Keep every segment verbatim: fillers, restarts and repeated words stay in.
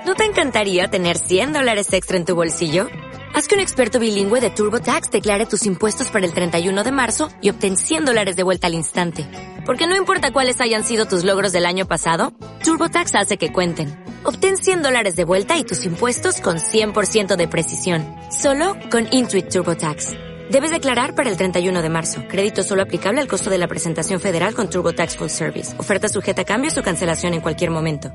¿No te encantaría tener cien dólares extra en tu bolsillo? Haz que un experto bilingüe de TurboTax declare tus impuestos para el treinta y uno de marzo y obtén cien dólares de vuelta al instante. Porque no importa cuáles hayan sido tus logros del año pasado, TurboTax hace que cuenten. Obtén cien dólares de vuelta y tus impuestos con cien por ciento de precisión. Solo con Intuit TurboTax. Debes declarar para el treinta y uno de marzo. Crédito solo aplicable al costo de la presentación federal con TurboTax Full Service. Oferta sujeta a cambios o cancelación en cualquier momento.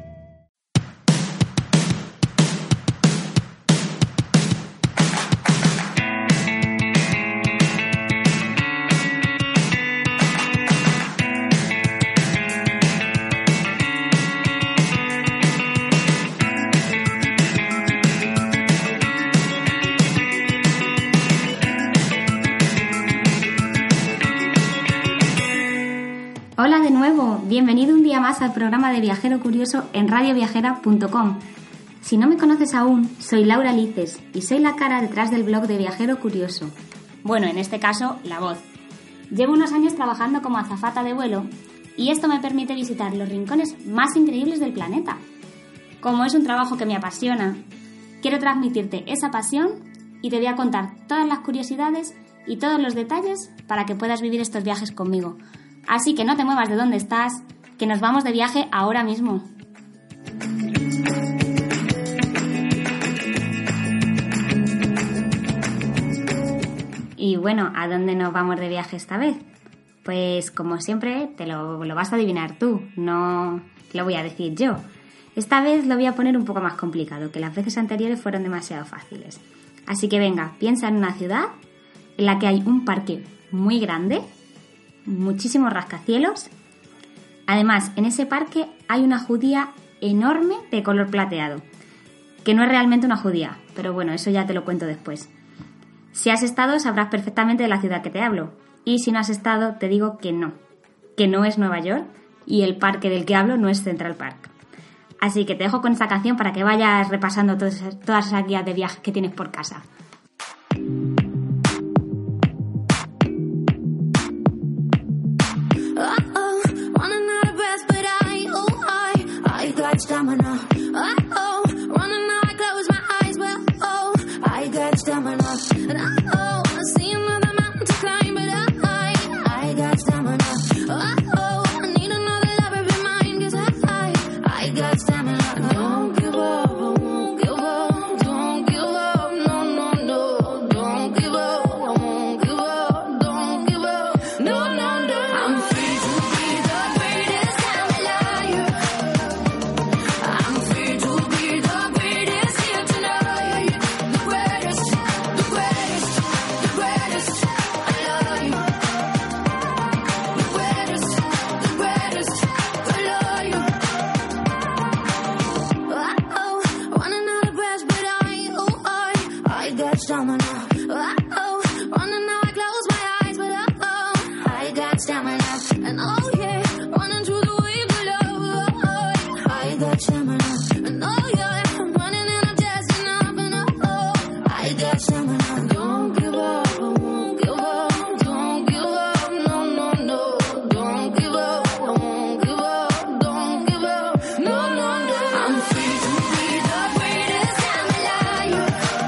Hola de nuevo, bienvenido un día más al programa de Viajero Curioso en radio viajera punto com. Si no me conoces aún, soy Laura Lices y soy la cara detrás del blog de Viajero Curioso. Bueno, en este caso, la voz. Llevo unos años trabajando como azafata de vuelo y esto me permite visitar los rincones más increíbles del planeta. Como es un trabajo que me apasiona, quiero transmitirte esa pasión y te voy a contar todas las curiosidades y todos los detalles para que puedas vivir estos viajes conmigo. Así que no te muevas de donde estás, que nos vamos de viaje ahora mismo. Y bueno, ¿a dónde nos vamos de viaje esta vez? Pues como siempre, te lo, lo vas a adivinar tú, no lo voy a decir yo. Esta vez lo voy a poner un poco más complicado, que las veces anteriores fueron demasiado fáciles. Así que venga, piensa en una ciudad en la que hay un parque muy grande, muchísimos rascacielos. Además, en ese parque hay una judía enorme de color plateado, que no es realmente una judía, pero bueno, eso ya te lo cuento después. Si has estado, sabrás perfectamente de la ciudad que te hablo, y si no has estado, te digo que no, que no es Nueva York, y el parque del que hablo no es Central Park. Así que te dejo con esta canción para que vayas repasando todas esas, todas esas guías de viaje que tienes por casa. Stamina. Uh-oh, running out, I close my eyes, well, oh, I got stamina. And uh-oh, I see another mountain to climb, but I, I got stamina. Uh-oh, I need another lover be mine, cause I, I got stamina. Don't give up, I won't give up, don't give up, no, no, no, don't give up, I won't give up, don't give up, no, no, no. I'm free to be the greatest, I'm a liar. Stamina. Uh-oh, running now, I close my eyes, but uh-oh, I got stamina. And oh yeah, running through the wave of love, oh, I got stamina. And oh yeah, I'm running and I'm just enough, and oh, I got stamina. Don't give up, I won't give up, don't give up, no, no, no, don't give up, I won't give up, don't give up, no, no, no. I'm free to be the greatest, I'm a liar.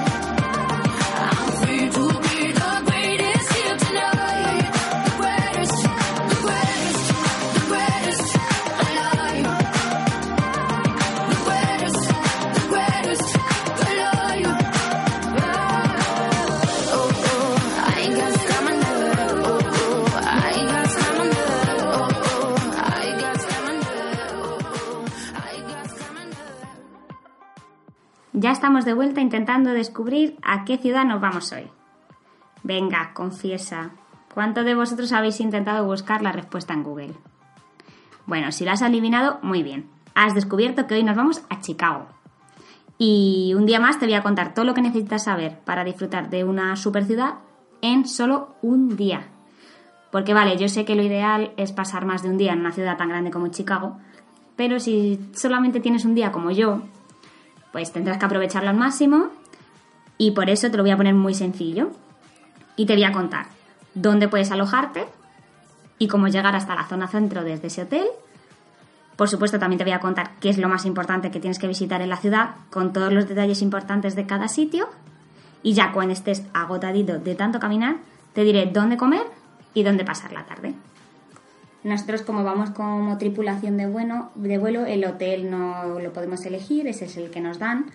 Ya estamos de vuelta intentando descubrir a qué ciudad nos vamos hoy. Venga, confiesa, ¿cuántos de vosotros habéis intentado buscar la respuesta en Google? Bueno, si la has adivinado, muy bien. Has descubierto que hoy nos vamos a Chicago. Y un día más te voy a contar todo lo que necesitas saber para disfrutar de una super ciudad en solo un día. Porque vale, yo sé que lo ideal es pasar más de un día en una ciudad tan grande como Chicago, pero si solamente tienes un día como yo, pues tendrás que aprovecharlo al máximo y por eso te lo voy a poner muy sencillo. Y te voy a contar dónde puedes alojarte y cómo llegar hasta la zona centro desde ese hotel Por supuesto, también te voy a contar qué es lo más importante que tienes que visitar en la ciudad, con todos los detalles importantes de cada sitio. Y ya cuando estés agotadito de tanto caminar, te diré dónde comer y dónde pasar la tarde. Nosotros, como vamos como tripulación de, bueno, de vuelo, el hotel no lo podemos elegir, ese es el que nos dan,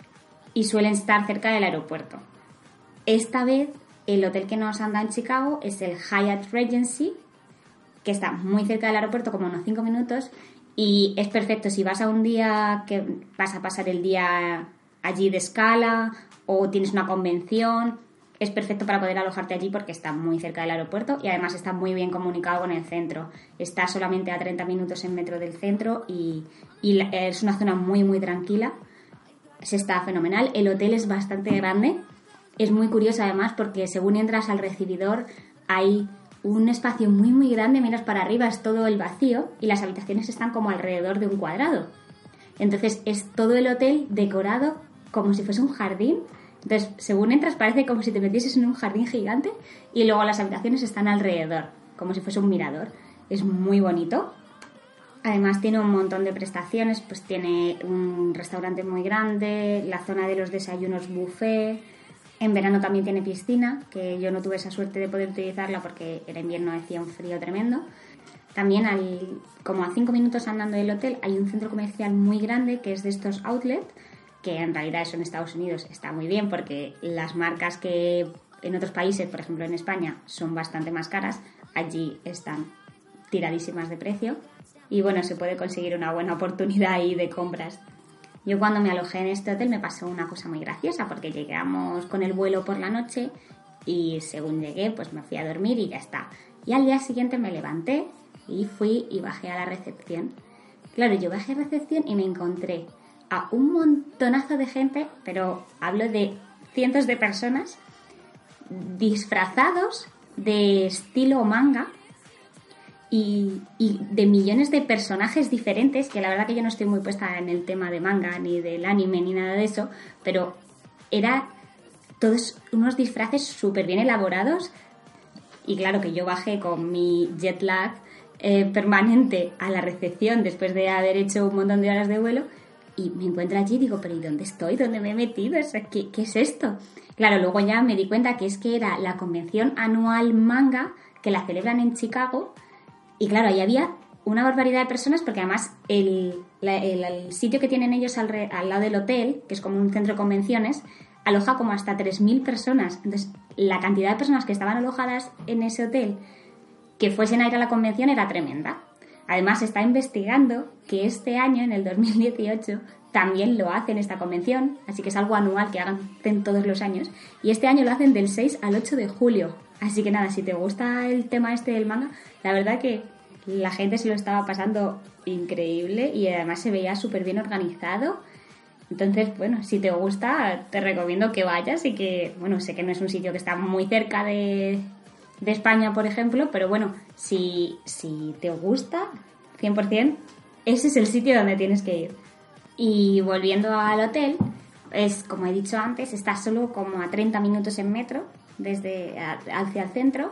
y suelen estar cerca del aeropuerto. Esta vez, el hotel que nos han dado en Chicago es el Hyatt Regency, que está muy cerca del aeropuerto, como unos cinco minutos, y es perfecto si vas a un día que vas a pasar el día allí de escala o tienes una convención, es perfecto para poder alojarte allí porque está muy cerca del aeropuerto y además está muy bien comunicado con el centro. Está solamente a treinta minutos en metro del centro y, y es una zona muy muy tranquila. Se está fenomenal. El hotel es bastante grande. Es muy curioso además porque según entras al recibidor hay un espacio muy muy grande, miras para arriba, es todo el vacío y las habitaciones están como alrededor de un cuadrado. Entonces es todo el hotel decorado como si fuese un jardín. Entonces, según entras parece como si te metieses en un jardín gigante y luego las habitaciones están alrededor, como si fuese un mirador. Es muy bonito. Además tiene un montón de prestaciones, pues tiene un restaurante muy grande, la zona de los desayunos buffet. En verano también tiene piscina, que yo no tuve esa suerte de poder utilizarla porque era invierno, hacía un frío tremendo. También, al, como a cinco minutos andando del hotel, hay un centro comercial muy grande que es de estos outlet, que en realidad eso en Estados Unidos está muy bien porque las marcas que en otros países, por ejemplo en España, son bastante más caras, allí están tiradísimas de precio y bueno, se puede conseguir una buena oportunidad ahí de compras. Yo cuando me alojé en este hotel me pasó una cosa muy graciosa porque llegamos con el vuelo por la noche y según llegué pues me fui a dormir y ya está. Y al día siguiente me levanté y fui y bajé a la recepción. Claro, yo bajé a recepción y me encontré a un montonazo de gente, pero hablo de cientos de personas disfrazados de estilo manga y, y de millones de personajes diferentes, que la verdad que yo no estoy muy puesta en el tema de manga, ni del anime, ni nada de eso, pero era todos unos disfraces súper bien elaborados y claro que yo bajé con mi jet lag eh, permanente a la recepción después de haber hecho un montón de horas de vuelo. Y me encuentro allí y digo, ¿pero y dónde estoy? ¿Dónde me he metido? O sea, ¿qué, ¿qué es esto? Claro, luego ya me di cuenta que es que era la convención anual manga que la celebran en Chicago. Y claro, ahí había una barbaridad de personas porque además el, la, el, el sitio que tienen ellos al, re, al lado del hotel, que es como un centro de convenciones, aloja como hasta tres mil personas. Entonces, la cantidad de personas que estaban alojadas en ese hotel que fuesen a ir a la convención era tremenda. Además, se está investigando que este año, en el dos mil dieciocho, también lo hacen esta convención, así que es algo anual que hacen todos los años. Y este año lo hacen del seis al ocho de julio. Así que nada, si te gusta el tema este del manga, la verdad que la gente se lo estaba pasando increíble y además se veía súper bien organizado. Entonces, bueno, si te gusta, te recomiendo que vayas y que, bueno, sé que no es un sitio que está muy cerca de... de España, por ejemplo, pero bueno, si, si te gusta, cien por ciento, ese es el sitio donde tienes que ir. Y volviendo al hotel, es como he dicho antes, está solo como a treinta minutos en metro desde a, hacia el centro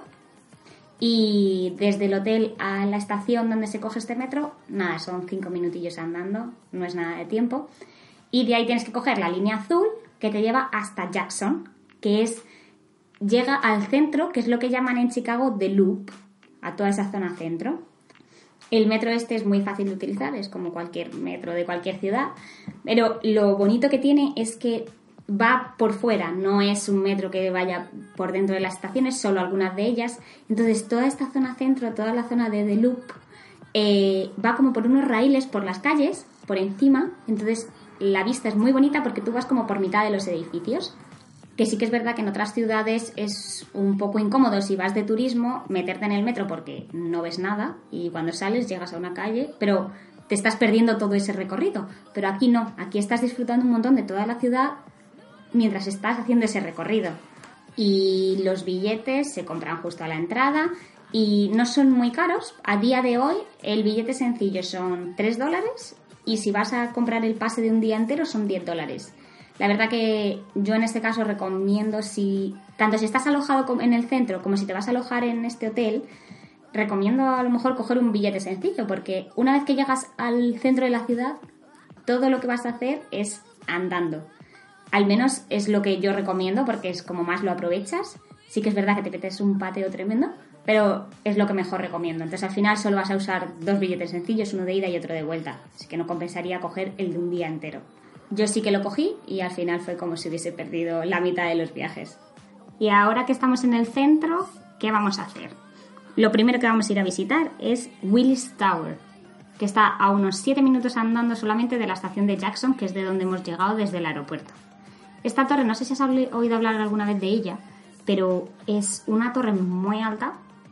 y desde el hotel a la estación donde se coge este metro, nada, son cinco minutillos andando, no es nada de tiempo. Y de ahí tienes que coger la línea azul que te lleva hasta Jackson, que es... llega al centro, que es lo que llaman en Chicago The Loop, a toda esa zona centro. El metro este es muy fácil de utilizar, es como cualquier metro de cualquier ciudad, pero lo bonito que tiene es que va por fuera, no es un metro que vaya por dentro de las estaciones, solo algunas de ellas. Entonces toda esta zona centro, toda la zona de The Loop, eh, va como por unos raíles por las calles, por encima, entonces la vista es muy bonita porque tú vas como por mitad de los edificios. Que sí que es verdad que en otras ciudades es un poco incómodo si vas de turismo meterte en el metro porque no ves nada y cuando sales llegas a una calle, pero te estás perdiendo todo ese recorrido. Pero aquí no, aquí estás disfrutando un montón de toda la ciudad mientras estás haciendo ese recorrido. Y los billetes se compran justo a la entrada y no son muy caros. A día de hoy el billete sencillo son tres dólares y si vas a comprar el pase de un día entero son diez dólares. La verdad que yo en este caso recomiendo, si tanto si estás alojado en el centro como si te vas a alojar en este hotel, recomiendo a lo mejor coger un billete sencillo, porque una vez que llegas al centro de la ciudad, todo lo que vas a hacer es andando. Al menos es lo que yo recomiendo, porque es como más lo aprovechas. Sí que es verdad que te metes un pateo tremendo, pero es lo que mejor recomiendo. Entonces al final solo vas a usar dos billetes sencillos, uno de ida y otro de vuelta. Así que no compensaría coger el de un día entero. Yo sí que lo cogí y al final fue como si hubiese perdido la mitad de los viajes. Y ahora que estamos en el centro, ¿qué vamos a hacer? Lo primero que vamos a ir a visitar es Willis Tower, que está a unos siete minutos andando solamente de la estación de Jackson, que es de donde hemos llegado desde el aeropuerto. Esta torre, no sé si has oído hablar alguna vez de ella, pero es una torre muy alta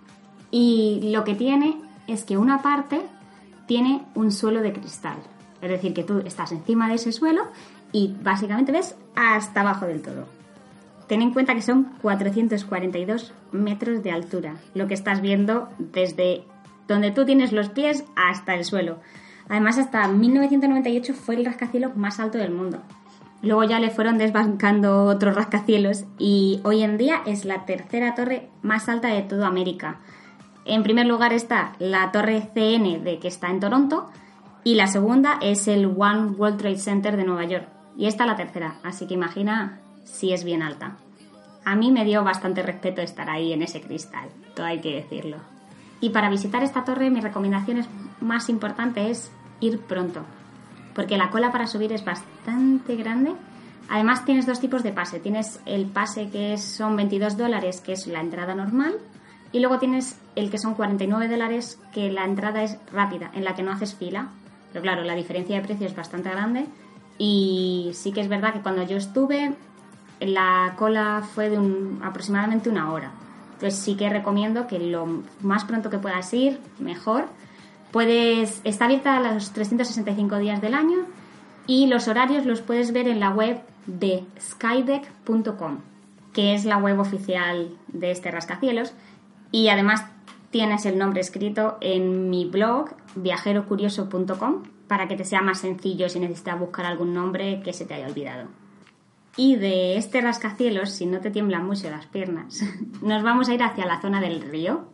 y lo que tiene es que una parte tiene un suelo de cristal. Es decir, que tú estás encima de ese suelo y básicamente ves hasta abajo del todo. Ten en cuenta que son cuatrocientos cuarenta y dos metros de altura, lo que estás viendo desde donde tú tienes los pies hasta el suelo. Además, hasta mil novecientos noventa y ocho fue el rascacielos más alto del mundo. Luego ya le fueron desbancando otros rascacielos y hoy en día es la tercera torre más alta de toda América. En primer lugar está la torre C N, de que está en Toronto, y la segunda es el One World Trade Center de Nueva York. Y esta la tercera, así que imagina si es bien alta. A mí me dio bastante respeto estar ahí en ese cristal, todo hay que decirlo. Y para visitar esta torre mi recomendación es, más importante es ir pronto, porque la cola para subir es bastante grande. Además tienes dos tipos de pase. Tienes el pase que son veintidós dólares, que es la entrada normal, y luego tienes el que son cuarenta y nueve dólares, que la entrada es rápida, en la que no haces fila. Pero claro, la diferencia de precio es bastante grande y sí que es verdad que cuando yo estuve la cola fue de un, aproximadamente una hora. Entonces sí que recomiendo que lo más pronto que puedas ir, mejor. Puedes, está abierta los trescientos sesenta y cinco días del año y los horarios los puedes ver en la web de skydeck punto com, que es la web oficial de este rascacielos, y además tienes el nombre escrito en mi blog viajero curioso punto com para que te sea más sencillo si necesitas buscar algún nombre que se te haya olvidado. Y de este rascacielos, si no te tiemblan mucho las piernas, nos vamos a ir hacia la zona del río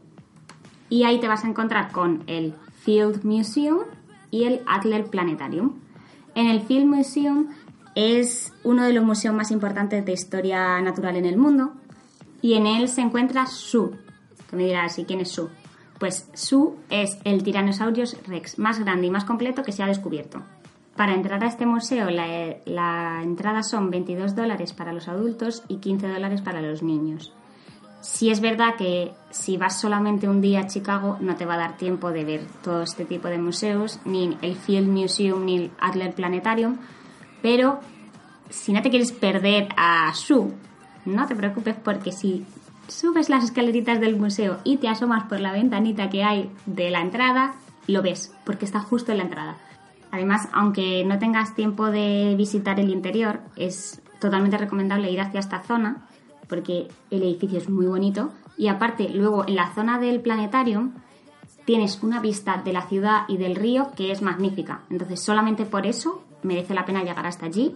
y ahí te vas a encontrar con el Field Museum y el Adler Planetarium. En el Field Museum es uno de los museos más importantes de historia natural en el mundo y en él se encuentra Sue. Que me dirás, ¿y quién es Sue? Pues Sue es el Tyrannosaurus Rex más grande y más completo que se ha descubierto. Para entrar a este museo la, la entrada son veintidós dólares para los adultos y quince dólares para los niños. Sí es verdad que si vas solamente un día a Chicago no te va a dar tiempo de ver todo este tipo de museos, ni el Field Museum ni el Adler Planetarium, pero si no te quieres perder a Sue, no te preocupes porque si subes las escaleritas del museo y te asomas por la ventanita que hay de la entrada, lo ves, porque está justo en la entrada. Además, aunque no tengas tiempo de visitar el interior, es totalmente recomendable ir hacia esta zona, porque el edificio es muy bonito. Y aparte, luego en la zona del planetarium tienes una vista de la ciudad y del río que es magnífica. Entonces, solamente por eso merece la pena llegar hasta allí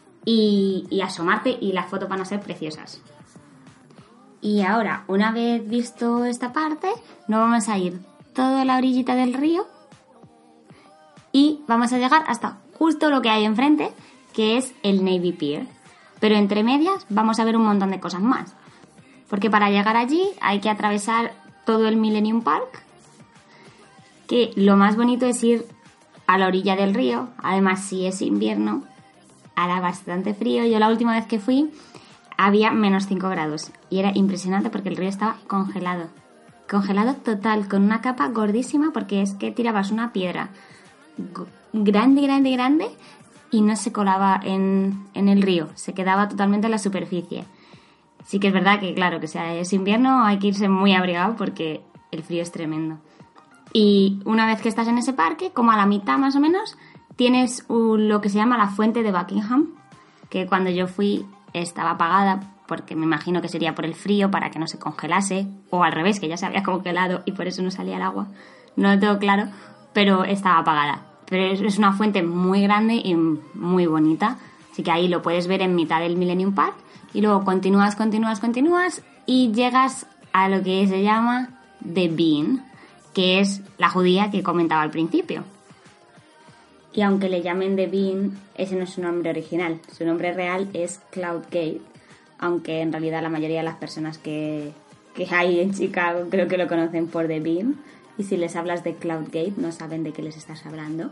y, y asomarte, y las fotos van a ser preciosas. Y ahora, una vez visto esta parte, nos vamos a ir toda la orillita del río y vamos a llegar hasta justo lo que hay enfrente, que es el Navy Pier. Pero entre medias vamos a ver un montón de cosas más, porque para llegar allí hay que atravesar todo el Millennium Park, que lo más bonito es ir a la orilla del río. Además, si es invierno, hará bastante frío. Yo la última vez que fui había menos cinco grados y era impresionante porque el río estaba congelado. Congelado total, con una capa gordísima, porque es que tirabas una piedra grande, grande, grande y no se colaba en, en el río, se quedaba totalmente en la superficie. Sí que es verdad que, claro, que si es invierno hay que irse muy abrigado porque el frío es tremendo. Y una vez que estás en ese parque, como a la mitad más o menos, tienes un, lo que se llama la fuente de Buckingham, que cuando yo fui estaba apagada, porque me imagino que sería por el frío, para que no se congelase, o al revés, que ya se había congelado y por eso no salía el agua. No lo tengo claro, pero estaba apagada. Pero es una fuente muy grande y muy bonita, así que ahí lo puedes ver en mitad del Millennium Park y luego continúas, continúas, continúas y llegas a lo que se llama de Bean, que es la judía que comentaba al principio. Y aunque le llamen The Bean, ese no es su nombre original. Su nombre real es Cloud Gate, aunque en realidad la mayoría de las personas que, que hay en Chicago creo que lo conocen por The Bean. Y si les hablas de Cloud Gate no saben de qué les estás hablando.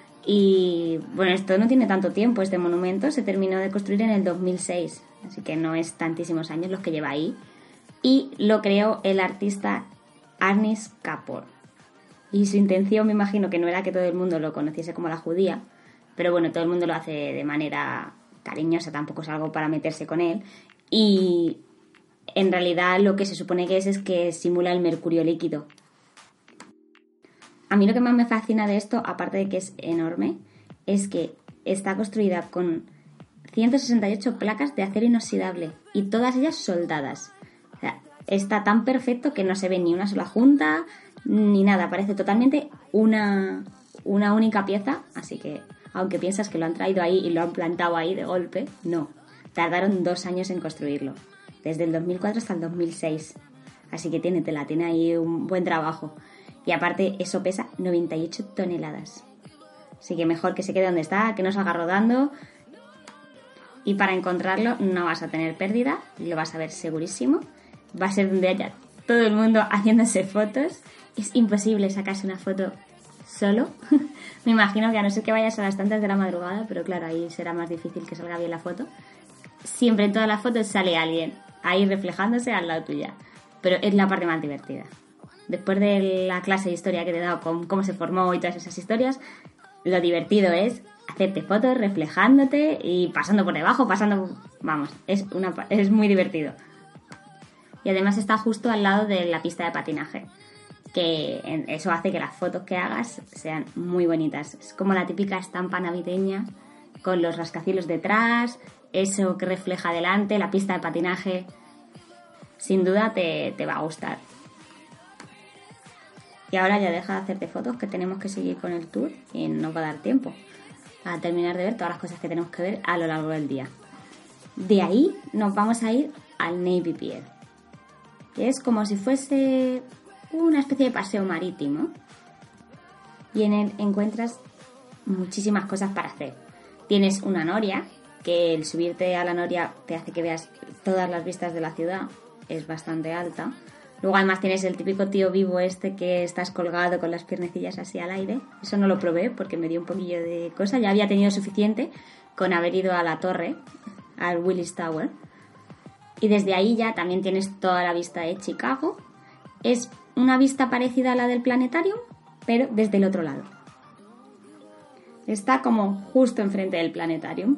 Y bueno, esto no tiene tanto tiempo, este monumento se terminó de construir en el dos mil seis, así que no es tantísimos años los que lleva ahí. Y lo creó el artista Ernest Kapor. Y su intención, me imagino que no era que todo el mundo lo conociese como la judía, pero bueno, todo el mundo lo hace de manera cariñosa, tampoco es algo para meterse con él. Y en realidad lo que se supone que es es que simula el mercurio líquido. A mí lo que más me fascina de esto, aparte de que es enorme, es que está construida con ciento sesenta y ocho placas de acero inoxidable y todas ellas soldadas. O sea, está tan perfecto que no se ve ni una sola junta ni nada, parece totalmente una, una única pieza, así que aunque piensas que lo han traído ahí y lo han plantado ahí de golpe, no, tardaron dos años en construirlo, desde el dos mil cuatro hasta el dos mil seis, así que tiene tela, tiene ahí un buen trabajo, y aparte eso pesa noventa y ocho toneladas, así que mejor que se quede donde está, que no salga rodando, y para encontrarlo no vas a tener pérdida, lo vas a ver segurísimo, va a ser donde haya todo el mundo haciéndose fotos. Es imposible sacarse una foto solo. Me imagino que a no ser que vayas a las tantas de la madrugada, pero claro, ahí será más difícil que salga bien la foto. Siempre en todas las fotos sale alguien ahí reflejándose al lado tuya. Pero es la parte más divertida. Después de la clase de historia que te he dado con cómo se formó y todas esas historias, lo divertido es hacerte fotos reflejándote y pasando por debajo, pasando... Vamos, es, una, es muy divertido. Y además está justo al lado de la pista de patinaje, que eso hace que las fotos que hagas sean muy bonitas. Es como la típica estampa navideña con los rascacielos detrás, eso que refleja adelante, la pista de patinaje. Sin duda te, te va a gustar. Y ahora ya deja de hacerte fotos, que tenemos que seguir con el tour y no va a dar tiempo a terminar de ver todas las cosas que tenemos que ver a lo largo del día. De ahí nos vamos a ir al Navy Pier, que es como si fuese una especie de paseo marítimo, y en él encuentras muchísimas cosas para hacer. Tienes una noria, que el subirte a la noria te hace que veas todas las vistas de la ciudad, es bastante alta. Luego además tienes el típico tío vivo este que estás colgado con las piernecillas así al aire. Eso no lo probé porque me dio un poquillo de cosa, ya había tenido suficiente con haber ido a la torre, al Willis Tower. Y desde ahí ya también tienes toda la vista de Chicago. Es una vista parecida a la del planetario, pero desde el otro lado. Está como justo enfrente del planetario.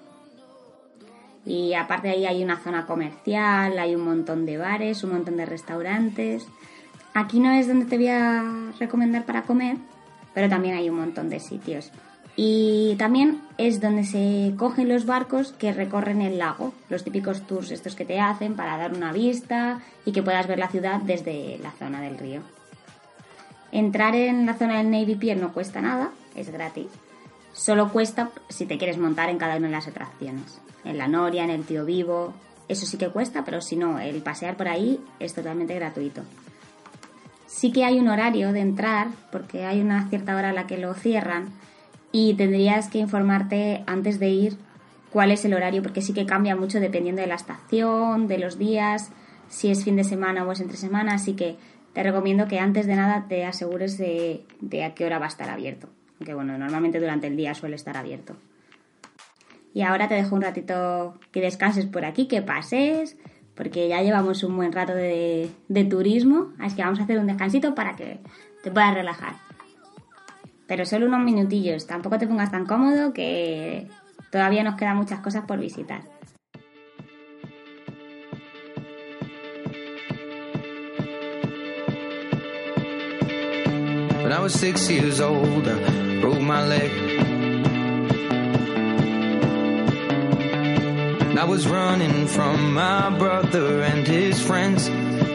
Y aparte de ahí hay una zona comercial, hay un montón de bares, un montón de restaurantes. Aquí no es donde te voy a recomendar para comer, pero también hay un montón de sitios. Y también es donde se cogen los barcos que recorren el lago, los típicos tours estos que te hacen para dar una vista y que puedas ver la ciudad desde la zona del río. Entrar en la zona del Navy Pier no cuesta nada, es gratis. Solo cuesta si te quieres montar en cada una de las atracciones. En la noria, en el tío vivo, eso sí que cuesta, pero si no, el pasear por ahí es totalmente gratuito. Sí que hay un horario de entrar, porque hay una cierta hora a la que lo cierran, y tendrías que informarte antes de ir cuál es el horario, porque sí que cambia mucho dependiendo de la estación, de los días, si es fin de semana o es entre semana, así que te recomiendo que antes de nada te asegures de, de a qué hora va a estar abierto, aunque bueno, normalmente durante el día suele estar abierto. Y ahora te dejo un ratito que descanses por aquí, que pases, porque ya llevamos un buen rato de, de turismo, así que vamos a hacer un descansito para que te puedas relajar. Pero solo unos minutillos, tampoco te pongas tan cómodo, que todavía nos quedan muchas cosas por visitar. When I was six years old, I broke my leg. And I was running from my brother and his friends.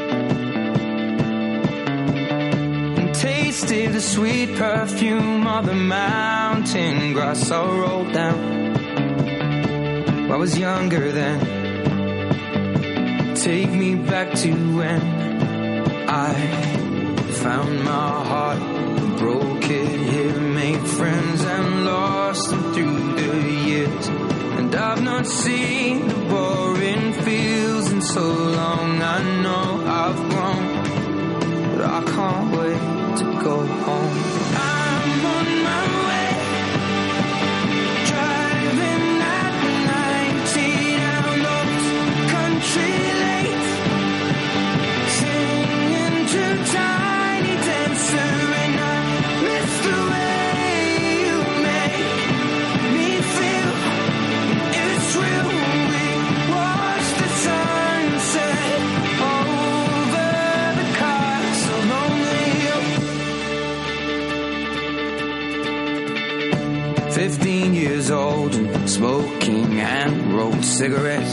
Tasted the sweet perfume of the mountain grass I rolled down. I was younger then. Take me back to when I found my heart, broke it here, made friends and lost them through the years. And I've not seen the boring fields in so long. I know I've grown, but I can't wait to go home. I'm on my way, driving at ninety down those country lanes, singing to Tiny Dancer, and I miss the way you make me feel. It's real. We watch the sunset over the castle on the hill. Fifteen years old and smoking hand-rolled cigarettes,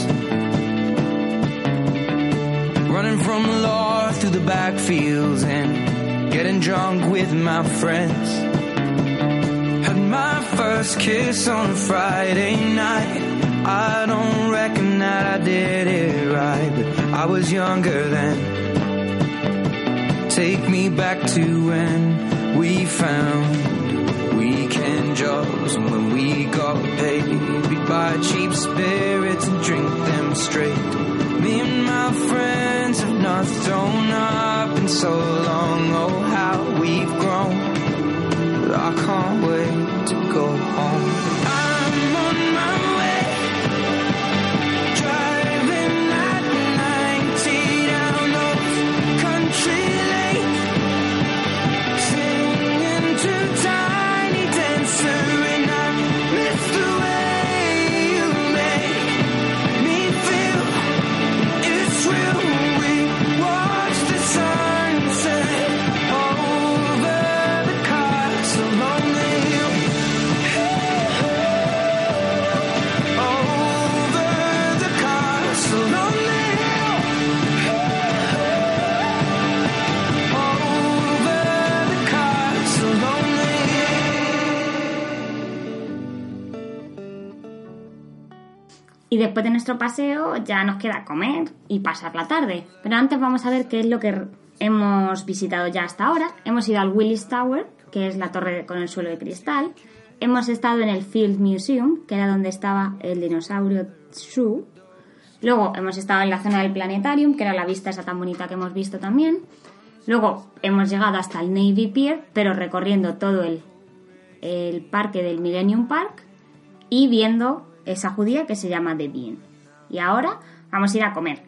running from the law through the backfields and getting drunk with my friends. Had my first kiss on a Friday night. I don't reckon that I did it right, but I was younger then. Take me back to when we found weekend jobs, and when we got paid, we'd buy cheap spirits and drink them straight. Me and my friends have not thrown up in so long. Oh, how we've grown, but I can't wait to go home. I'm on my way, driving at ninety down those country lanes, singing to Tiny Dancer, and I miss the way you make me feel. It's real. We watch the sunset over the castle on the hill. Over the castle on the hill. Over the castle on the Y después de nuestro paseo ya nos queda comer y pasar la tarde. Pero antes vamos a ver qué es lo que hemos visitado ya hasta ahora. Hemos ido al Willis Tower, que es la torre con el suelo de cristal. Hemos estado en el Field Museum, que era donde estaba el dinosaurio Zoo. Luego hemos estado en la zona del Planetarium, que era la vista esa tan bonita que hemos visto también. Luego hemos llegado hasta el Navy Pier, pero recorriendo todo el, el parque del Millennium Park y viendo esa judía que se llama The Bean. Y ahora vamos a ir a comer.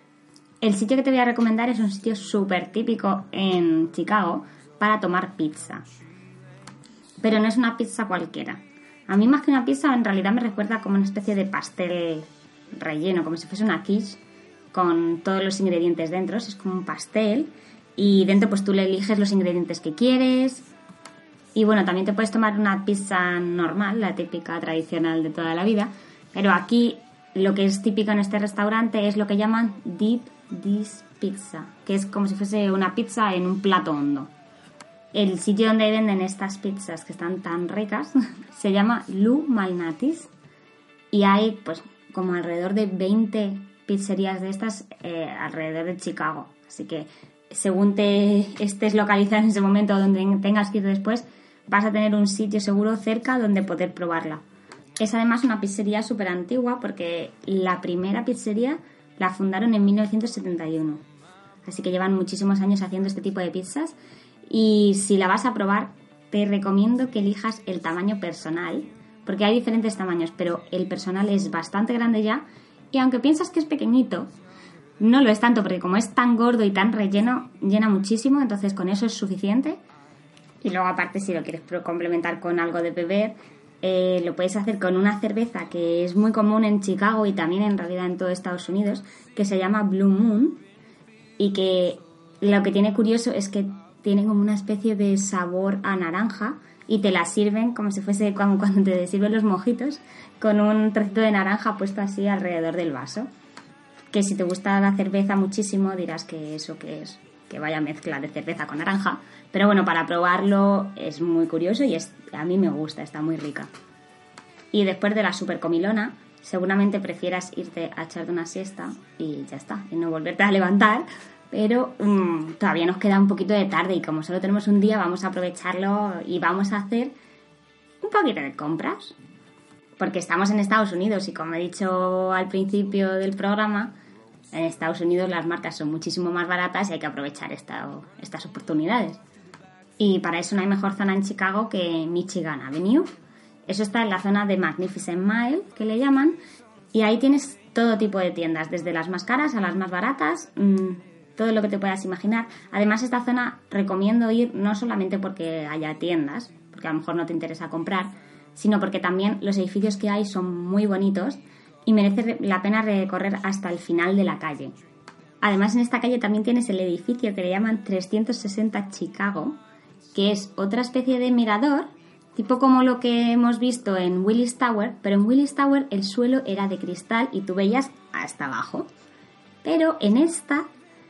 El sitio que te voy a recomendar es un sitio súper típico en Chicago para tomar pizza. Pero no es una pizza cualquiera. A mí más que una pizza en realidad me recuerda como una especie de pastel relleno, como si fuese una quiche con todos los ingredientes dentro. Es como un pastel y dentro pues tú le eliges los ingredientes que quieres. Y bueno, también te puedes tomar una pizza normal, la típica tradicional de toda la vida. Pero aquí lo que es típico en este restaurante es lo que llaman Deep Dish Pizza, que es como si fuese una pizza en un plato hondo. El sitio donde venden estas pizzas que están tan ricas se llama Lou Malnati's y hay pues como alrededor de veinte pizzerías de estas eh, alrededor de Chicago. Así que según te estés localizado en ese momento o donde tengas que ir después, vas a tener un sitio seguro cerca donde poder probarla. Es además una pizzería súper antigua porque la primera pizzería la fundaron en mil novecientos setenta y uno. Así que llevan muchísimos años haciendo este tipo de pizzas. Y si la vas a probar, te recomiendo que elijas el tamaño personal, porque hay diferentes tamaños, pero el personal es bastante grande ya, y aunque piensas que es pequeñito, no lo es tanto, porque como es tan gordo y tan relleno, llena muchísimo, entonces con eso es suficiente. Y luego aparte, si lo quieres complementar con algo de beber, eh, lo puedes hacer con una cerveza que es muy común en Chicago y también en realidad en todo Estados Unidos, que se llama Blue Moon, y que lo que tiene curioso es que tiene como una especie de sabor a naranja y te la sirven como si fuese cuando, cuando te sirven los mojitos, con un trocito de naranja puesto así alrededor del vaso. Que si te gusta la cerveza muchísimo dirás que eso que es, que vaya mezcla de cerveza con naranja. Pero bueno, para probarlo es muy curioso y es, a mí me gusta, está muy rica. Y después de la super comilona, seguramente prefieras irte a echarte una siesta y ya está, y no volverte a levantar, pero um, todavía nos queda un poquito de tarde y como solo tenemos un día vamos a aprovecharlo y vamos a hacer un poquito de compras. Porque estamos en Estados Unidos y como he dicho al principio del programa, en Estados Unidos las marcas son muchísimo más baratas y hay que aprovechar esta, estas oportunidades. Y para eso no hay mejor zona en Chicago que Michigan Avenue. Eso está en la zona de Magnificent Mile, que le llaman, y ahí tienes todo tipo de tiendas, desde las más caras a las más baratas, mmm, todo lo que te puedas imaginar. Además, esta zona recomiendo ir no solamente porque haya tiendas, porque a lo mejor no te interesa comprar, sino porque también los edificios que hay son muy bonitos y merece la pena recorrer hasta el final de la calle. Además, en esta calle también tienes el edificio que le llaman trescientos sesenta Chicago, que es otra especie de mirador, tipo como lo que hemos visto en Willis Tower, pero en Willis Tower el suelo era de cristal y tú veías hasta abajo. Pero en esta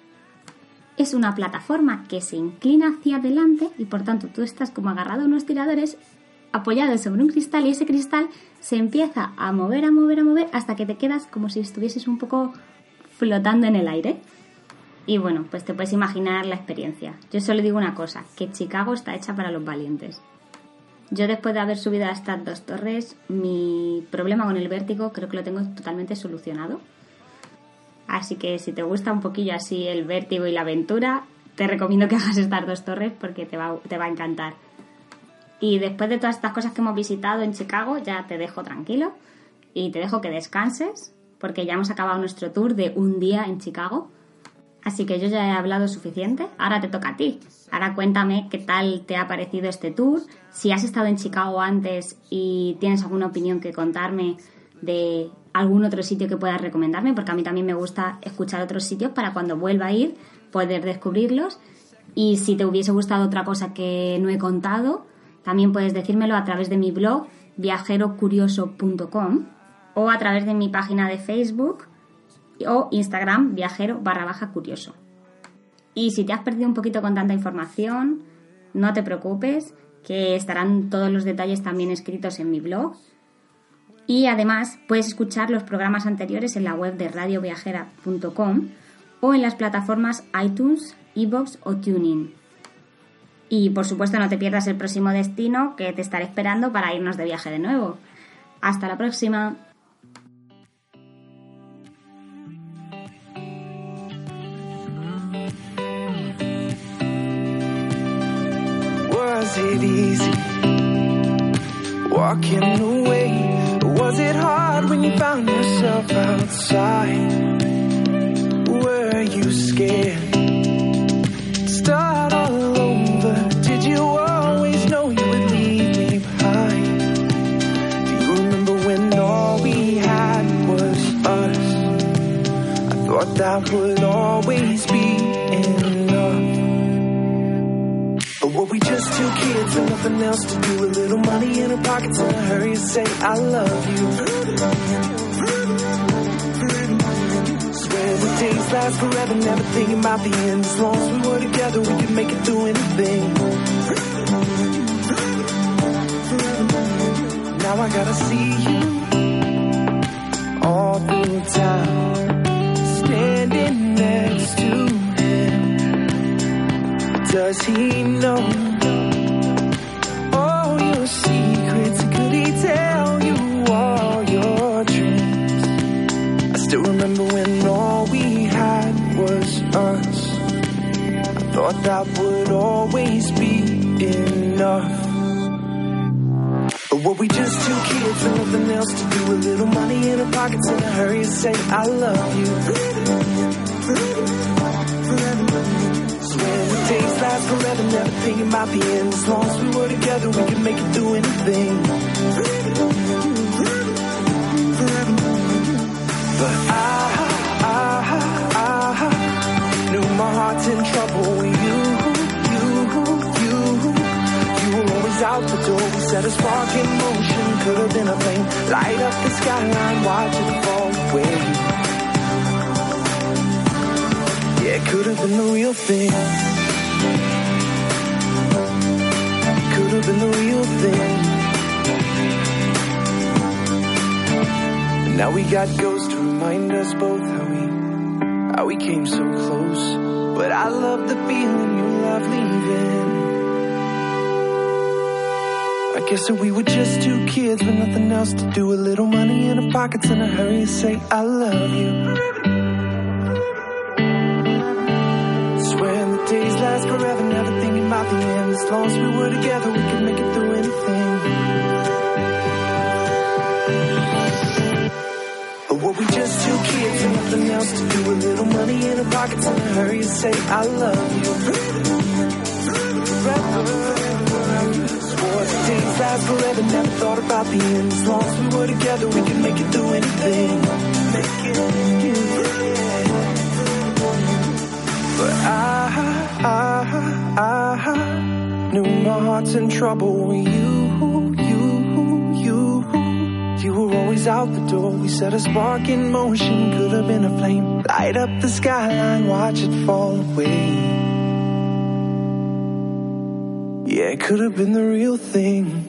es una plataforma que se inclina hacia adelante y por tanto tú estás como agarrado a unos tiradores apoyado sobre un cristal y ese cristal se empieza a mover, a mover, a mover hasta que te quedas como si estuvieses un poco flotando en el aire. Y bueno, pues te puedes imaginar la experiencia. Yo solo digo una cosa, que Chicago está hecha para los valientes. Yo después de haber subido a estas dos torres, mi problema con el vértigo creo que lo tengo totalmente solucionado. Así que si te gusta un poquillo así el vértigo y la aventura, te recomiendo que hagas estas dos torres porque te va, te va a encantar. Y después de todas estas cosas que hemos visitado en Chicago, ya te dejo tranquilo y te dejo que descanses porque ya hemos acabado nuestro tour de un día en Chicago. Así que yo ya he hablado suficiente, ahora te toca a ti. Ahora cuéntame qué tal te ha parecido este tour, si has estado en Chicago antes y tienes alguna opinión que contarme de algún otro sitio que puedas recomendarme, porque a mí también me gusta escuchar otros sitios para cuando vuelva a ir poder descubrirlos. Y si te hubiese gustado otra cosa que no he contado, también puedes decírmelo a través de mi blog viajero curioso punto com o a través de mi página de Facebook o Instagram viajero barra baja curioso. Y si te has perdido un poquito con tanta información, no te preocupes, que estarán todos los detalles también escritos en mi blog. Y además puedes escuchar los programas anteriores en la web de radio viajera punto com o en las plataformas iTunes, iVoox o TuneIn. Y por supuesto no te pierdas el próximo destino que te estaré esperando para irnos de viaje de nuevo. Hasta la próxima. Was it easy walking away? Was it hard when you found yourself outside? Were you scared? Start all over. Did you always know you would leave me behind? Do you remember when all we had was us? I thought that would always be enough. But were we just two kids and nothing else to do? A little money in our pockets and a hurry to say I love you. Swear the days last forever, never thinking about the end. As long as we were together, we could make it through anything. Now I gotta see you all through town, standing next to him. Does he know all your secrets? Could he tell you all your dreams? I still remember when all we had was us. I thought that would always be enough. But were we just two kids and nothing else to do? A little money in our pockets and a hurry to say I love you. Swear the days last forever, never thinking about the end. As long as we were together, we could make it through anything. But I, I, I knew my heart's in trouble with you, you, you. You were always out the door, we set a spark in motion. Could have been a flame, light up the skyline, watch it fall away. Yeah, it could have been the real thing. It could have been the real thing. And now we got ghosts to remind us both how we, how we came so close. but I love the feeling you love leaving. I guess that we were just two kids with nothing else to do, a little money in our pockets in a hurry to say I love you. Swearing the days last forever, never thinking about the end. As long as we were together, we could make it through anything. But were we just two kids with nothing else to do, a little money in our pockets in a hurry to say I love you. Swore the days last forever, never thought about the end. As long as we were together, we could make it through anything. Make it, but I, I, I knew my heart's in trouble with you, you, you. You were always out the door. We set a spark in motion, could have been a flame. Light up the skyline, watch it fall away. Yeah, it could have been the real thing.